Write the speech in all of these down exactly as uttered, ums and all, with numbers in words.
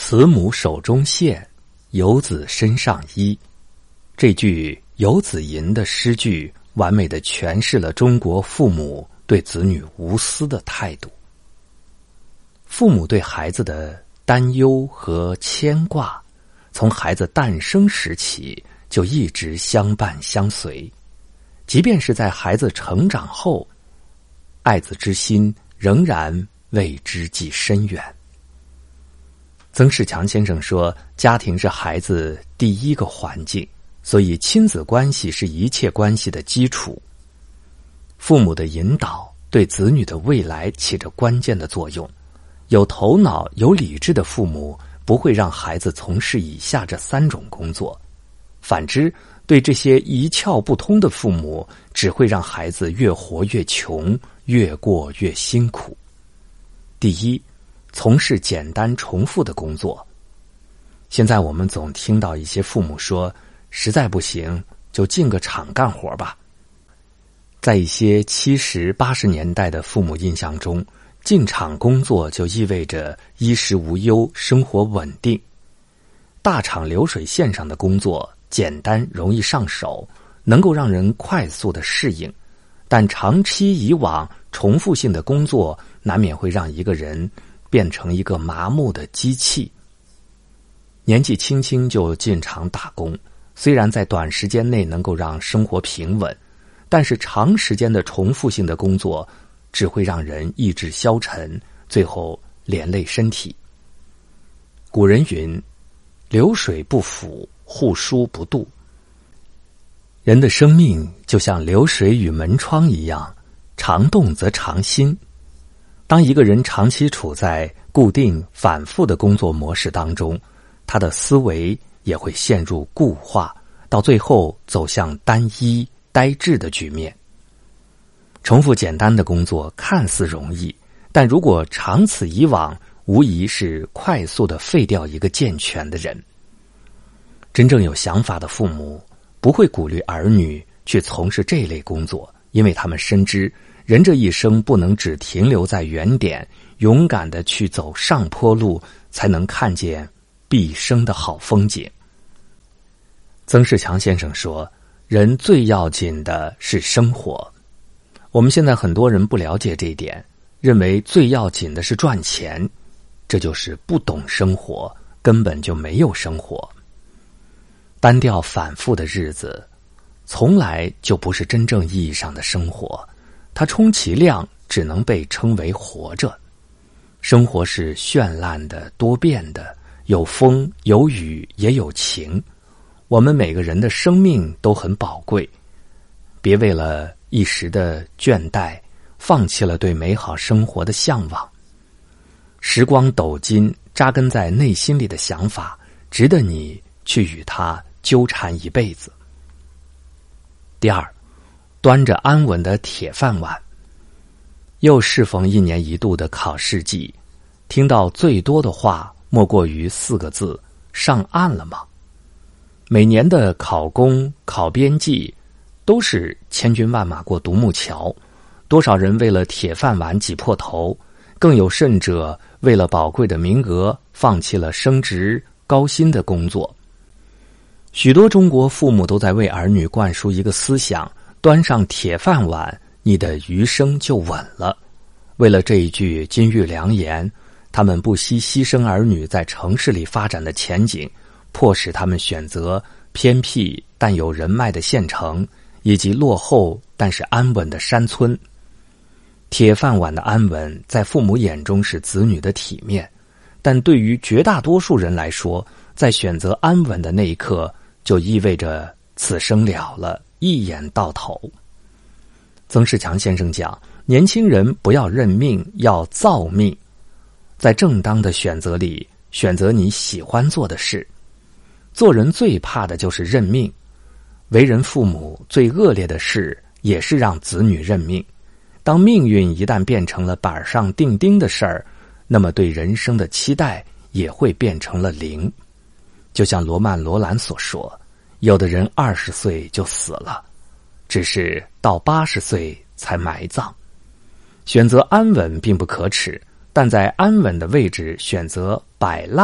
慈母手中线，游子身上衣。这句游子吟的诗句完美地诠释了中国父母对子女无私的态度。父母对孩子的担忧和牵挂，从孩子诞生时起就一直相伴相随，即便是在孩子成长后，爱子之心仍然为之计深远。曾仕强先生说，家庭是孩子第一个环境，所以亲子关系是一切关系的基础。父母的引导对子女的未来起着关键的作用。有头脑、有理智的父母不会让孩子从事以下这三种工作，反之，对这些一窍不通的父母，只会让孩子越活越穷，越过越辛苦。第一，从事简单重复的工作。现在我们总听到一些父母说，实在不行就进个厂干活吧。在一些七十八十年代的父母印象中，进厂工作就意味着衣食无忧，生活稳定。大厂流水线上的工作简单容易上手，能够让人快速的适应，但长期以往，重复性的工作难免会让一个人变成一个麻木的机器。年纪轻轻就进厂打工，虽然在短时间内能够让生活平稳，但是长时间的重复性的工作只会让人意志消沉，最后连累身体。古人云，流水不腐，户枢不蠹。人的生命就像流水与门窗一样，常动则常新。当一个人长期处在固定反复的工作模式当中，他的思维也会陷入固化，到最后走向单一呆滞的局面。重复简单的工作看似容易，但如果长此以往，无疑是快速地废掉一个健全的人。真正有想法的父母不会鼓励儿女去从事这类工作，因为他们深知人这一生不能只停留在原点，勇敢地去走上坡路，才能看见毕生的好风景。曾仕强先生说，人最要紧的是生活。我们现在很多人不了解这一点，认为最要紧的是赚钱，这就是不懂生活，根本就没有生活。单调反复的日子，从来就不是真正意义上的生活，它充其量只能被称为活着。生活是绚烂的、多变的，有风有雨也有晴。我们每个人的生命都很宝贵，别为了一时的倦怠，放弃了对美好生活的向往。时光斗金，扎根在内心里的想法，值得你去与它纠缠一辈子。第二，端着安稳的铁饭碗。又适逢一年一度的考试季，听到最多的话莫过于四个字：上岸了吗？每年的考公、考编辑都是千军万马过独木桥，多少人为了铁饭碗挤破头，更有甚者为了宝贵的名额放弃了升职高薪的工作。许多中国父母都在为儿女灌输一个思想：端上铁饭碗，你的余生就稳了。为了这一句金玉良言，他们不惜牺牲儿女在城市里发展的前景，迫使他们选择偏僻但有人脉的县城，以及落后但是安稳的山村。铁饭碗的安稳在父母眼中是子女的体面，但对于绝大多数人来说，在选择安稳的那一刻，就意味着此生了了，一眼到头。曾仕强先生讲，年轻人不要认命，要造命。在正当的选择里，选择你喜欢做的事。做人最怕的就是认命，为人父母最恶劣的事也是让子女认命。当命运一旦变成了板上钉钉的事儿，那么对人生的期待也会变成了零。就像罗曼·罗兰所说，有的人二十岁就死了，只是到八十岁才埋葬。选择安稳并不可耻，但在安稳的位置选择摆烂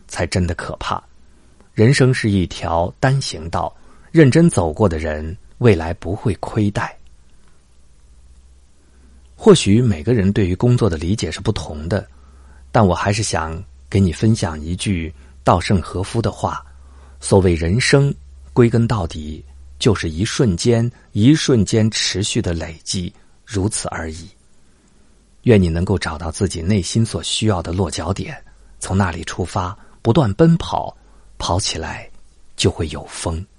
才真的可怕。人生是一条单行道，认真走过的人，未来不会亏待。或许每个人对于工作的理解是不同的，但我还是想给你分享一句稻盛和夫的话：所谓人生，归根到底就是一瞬间一瞬间持续的累积，如此而已。愿你能够找到自己内心所需要的落脚点，从那里出发，不断奔跑，跑起来就会有风。